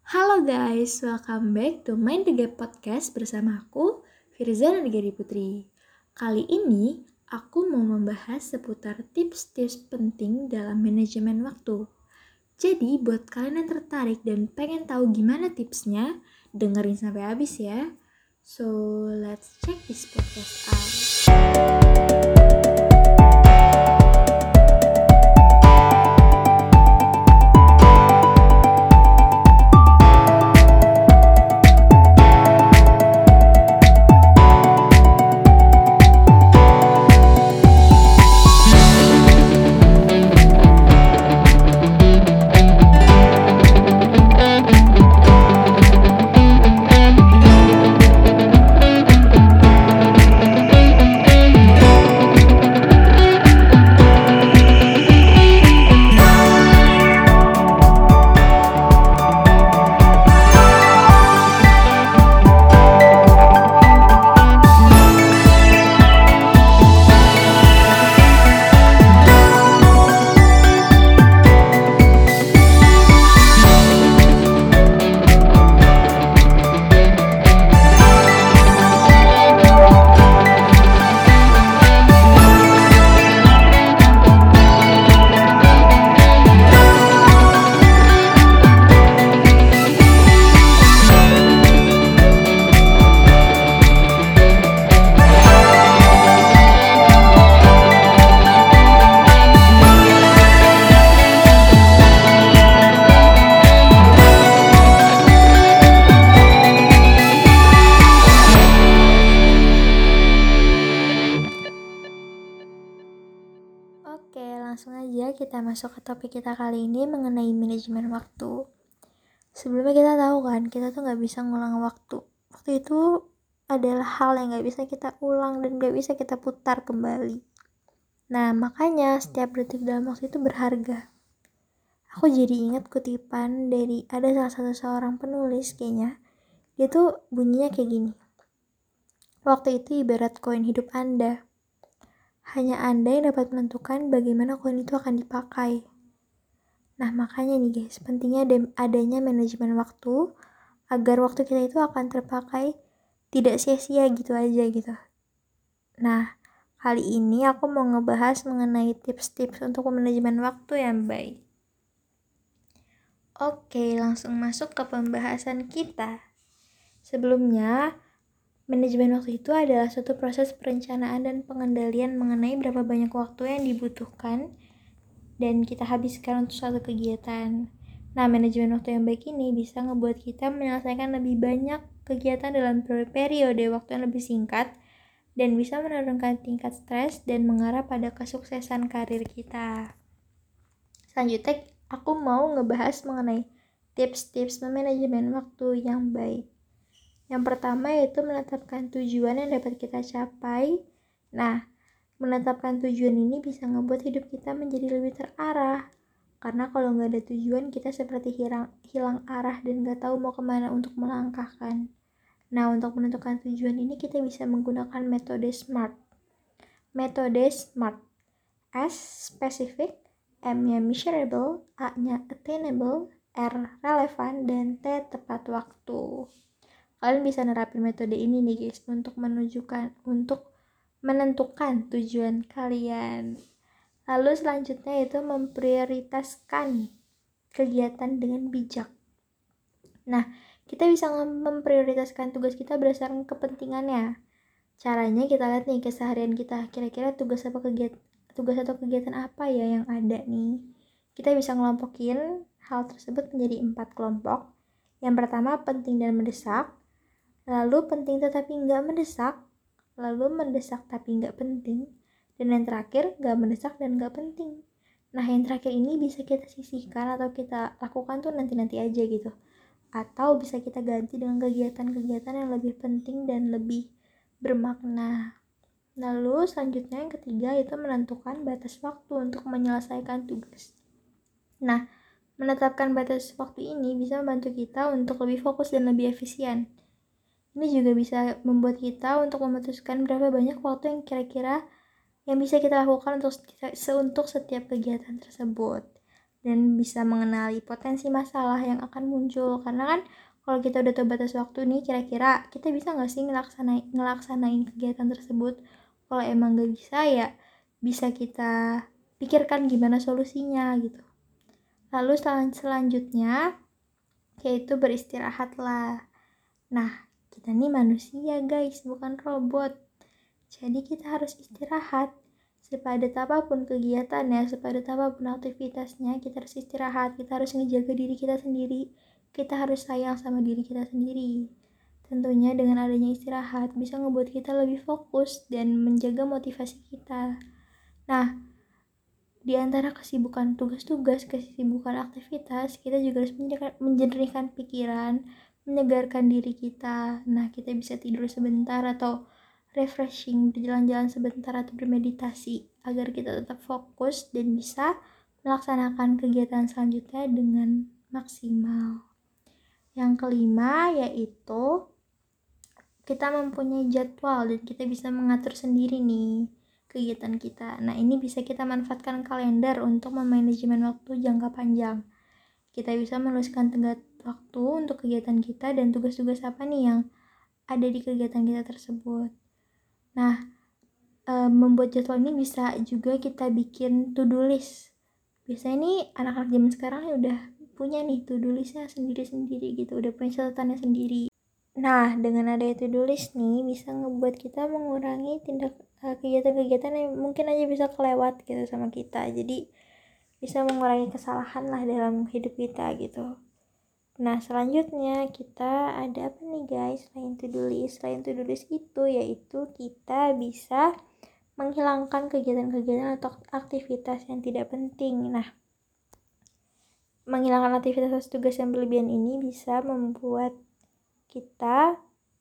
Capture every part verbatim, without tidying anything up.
Halo guys, welcome back to Mind the Gap Podcast bersama aku, Firza Nandegari Putri. Kali ini, aku mau membahas seputar tips-tips penting dalam manajemen waktu. Jadi, buat kalian yang tertarik dan pengen tahu gimana tipsnya, dengerin sampai habis ya. So, let's check this podcast out. Oke, langsung aja kita masuk ke topik kita kali ini mengenai manajemen waktu. Sebelumnya kita tahu kan, kita tuh gak bisa ngulang waktu. Waktu itu adalah hal yang gak bisa kita ulang dan gak bisa kita putar kembali. Nah, makanya setiap detik dalam waktu itu berharga. Aku jadi ingat kutipan dari ada salah satu seorang penulis kayaknya. Dia tuh bunyinya kayak gini. Waktu itu ibarat koin hidup Anda. Hanya Anda yang dapat menentukan bagaimana koin itu akan dipakai. Nah, makanya nih guys, pentingnya adanya manajemen waktu agar waktu kita itu akan terpakai tidak sia-sia gitu aja gitu. Nah, kali ini aku mau ngebahas mengenai tips-tips untuk manajemen waktu yang baik. Oke, langsung masuk ke pembahasan kita. Sebelumnya, manajemen waktu itu adalah suatu proses perencanaan dan pengendalian mengenai berapa banyak waktu yang dibutuhkan dan kita habiskan untuk suatu kegiatan. Nah, manajemen waktu yang baik ini bisa ngebuat kita menyelesaikan lebih banyak kegiatan dalam periode waktu yang lebih singkat dan bisa menurunkan tingkat stres dan mengarah pada kesuksesan karir kita. Selanjutnya, aku mau ngebahas mengenai tips-tips manajemen waktu yang baik. Yang pertama yaitu menetapkan tujuan yang dapat kita capai. Nah, menetapkan tujuan ini bisa ngebuat hidup kita menjadi lebih terarah. Karena kalau nggak ada tujuan, kita seperti hilang, hilang arah dan nggak tahu mau kemana untuk melangkahkan. Nah, untuk menentukan tujuan ini kita bisa menggunakan metode SMART. Metode SMART. S, specific, M-nya measurable, A-nya attainable, R, relevant, dan T, tepat waktu. Kalian bisa nerapin metode ini nih guys untuk menunjukkan untuk menentukan tujuan kalian. Lalu selanjutnya itu memprioritaskan kegiatan dengan bijak. Nah, kita bisa memprioritaskan tugas kita berdasarkan kepentingannya. Caranya kita lihat nih keseharian kita, kira-kira tugas apa kegiatan tugas atau kegiatan apa ya yang ada nih. Kita bisa ngelompokin hal tersebut menjadi empat kelompok. Yang pertama penting dan mendesak. Lalu penting tetapi nggak mendesak, lalu mendesak tapi nggak penting, dan yang terakhir nggak mendesak dan nggak penting. Nah, yang terakhir ini bisa kita sisihkan atau kita lakukan tuh nanti-nanti aja gitu. Atau bisa kita ganti dengan kegiatan-kegiatan yang lebih penting dan lebih bermakna. Lalu selanjutnya yang ketiga itu menentukan batas waktu untuk menyelesaikan tugas. Nah, menetapkan batas waktu ini bisa membantu kita untuk lebih fokus dan lebih efisien. Ini juga bisa membuat kita untuk memutuskan berapa banyak waktu yang kira-kira yang bisa kita lakukan untuk untuk setiap kegiatan tersebut. dan bisa mengenali potensi masalah yang akan muncul. Karena kan kalau kita udah tahu batas waktu nih, kira-kira kita bisa nggak sih ngelaksanain, ngelaksanain kegiatan tersebut. Kalau emang nggak bisa, ya bisa kita pikirkan gimana solusinya gitu. Lalu sel- selanjutnya yaitu beristirahatlah. Nah, kita nih manusia guys, bukan robot. Jadi kita harus istirahat. Sepadat apapun kegiatannya, sepadat apapun aktivitasnya, kita harus istirahat. Kita harus ngejaga diri kita sendiri. Kita harus sayang sama diri kita sendiri. Tentunya dengan adanya istirahat bisa ngebuat kita lebih fokus dan menjaga motivasi kita. Nah, di antara kesibukan tugas-tugas, kesibukan aktivitas, kita juga harus menjernihkan pikiran, menyegarkan diri kita. Nah, kita bisa tidur sebentar atau refreshing, berjalan-jalan sebentar atau bermeditasi agar kita tetap fokus dan bisa melaksanakan kegiatan selanjutnya dengan maksimal. Yang kelima yaitu kita mempunyai jadwal dan kita bisa mengatur sendiri nih kegiatan kita. Nah, ini bisa kita manfaatkan kalender untuk memanajemen waktu jangka panjang. Kita bisa menuliskan tenggat waktu untuk kegiatan kita dan tugas-tugas apa nih yang ada di kegiatan kita tersebut. Nah, e, membuat jadwal ini bisa juga kita bikin to-do list. Biasanya nih anak-anak zaman sekarang ya udah punya nih to-do listnya sendiri-sendiri gitu, udah punya catatannya sendiri. Nah, dengan adanya to-do list nih bisa ngebuat kita mengurangi tindak uh, kegiatan-kegiatan yang mungkin aja bisa kelewat gitu sama kita. Jadi bisa mengurangi kesalahan lah dalam hidup kita gitu. Nah, selanjutnya kita ada apa nih guys? Selain to-do list, selain to-do list itu yaitu kita bisa menghilangkan kegiatan-kegiatan atau aktivitas yang tidak penting. Nah, menghilangkan aktivitas tugas yang berlebihan ini bisa membuat kita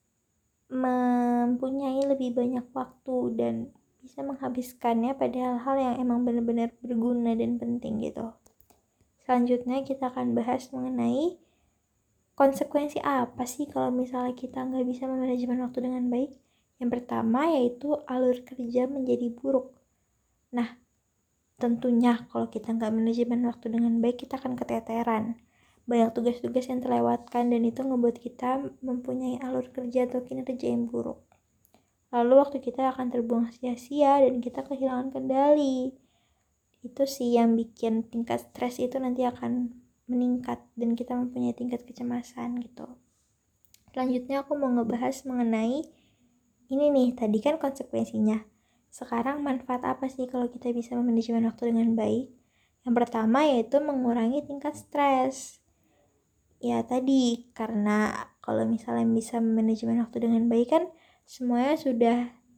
mempunyai lebih banyak waktu dan bisa menghabiskannya pada hal-hal yang emang benar-benar berguna dan penting gitu. Selanjutnya kita akan bahas mengenai konsekuensi apa sih kalau misalnya kita nggak bisa memanajemen waktu dengan baik. Yang pertama yaitu alur kerja menjadi buruk. Nah, tentunya kalau kita nggak manajemen waktu dengan baik, kita akan keteteran. Banyak tugas-tugas yang terlewatkan dan itu ngebuat kita mempunyai alur kerja atau kinerja yang buruk. Lalu waktu kita akan terbuang sia-sia dan kita kehilangan kendali. Itu sih yang bikin tingkat stres itu nanti akan meningkat dan kita mempunyai tingkat kecemasan gitu. Selanjutnya aku mau ngebahas mengenai ini nih, tadi kan konsekuensinya. Sekarang manfaat apa sih kalau kita bisa memanajemen waktu dengan baik? Yang pertama yaitu mengurangi tingkat stres. Ya tadi, karena kalau misalnya bisa memanajemen waktu dengan baik kan semuanya sudah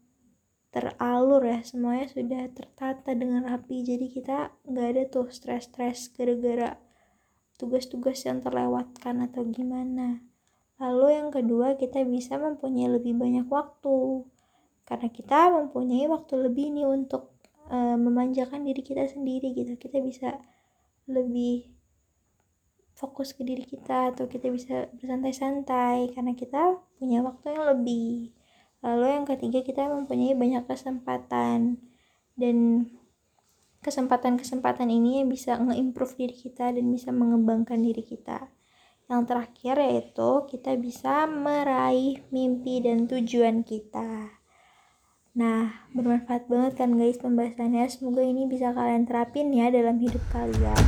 teralur ya, semuanya sudah tertata dengan rapi. Jadi kita gak ada tuh stres-stres gara-gara tugas-tugas yang terlewatkan atau gimana. Lalu yang kedua, kita bisa mempunyai lebih banyak waktu. Karena kita mempunyai waktu lebih nih untuk e, memanjakan diri kita sendiri gitu. Kita bisa lebih fokus ke diri kita atau kita bisa bersantai-santai karena kita punya waktu yang lebih. Lalu yang ketiga, kita mempunyai banyak kesempatan dan kesempatan-kesempatan ini yang bisa nge-improve diri kita dan bisa mengembangkan diri kita. Yang terakhir yaitu kita bisa meraih mimpi dan tujuan kita. Nah, bermanfaat banget kan guys pembahasannya. Semoga ini bisa kalian terapin ya dalam hidup kalian.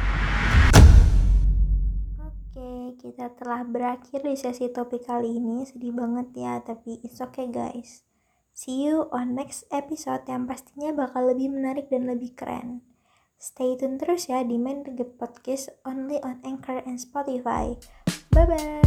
Oke, kita telah berakhir di sesi topik kali ini. Sedih banget ya, tapi it's okay guys. See you on next episode yang pastinya bakal lebih menarik dan lebih keren. Stay tune terus ya di Main Reggae Podcast only on Anchor and Spotify. Bye-bye!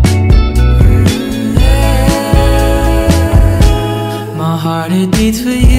It beats for you.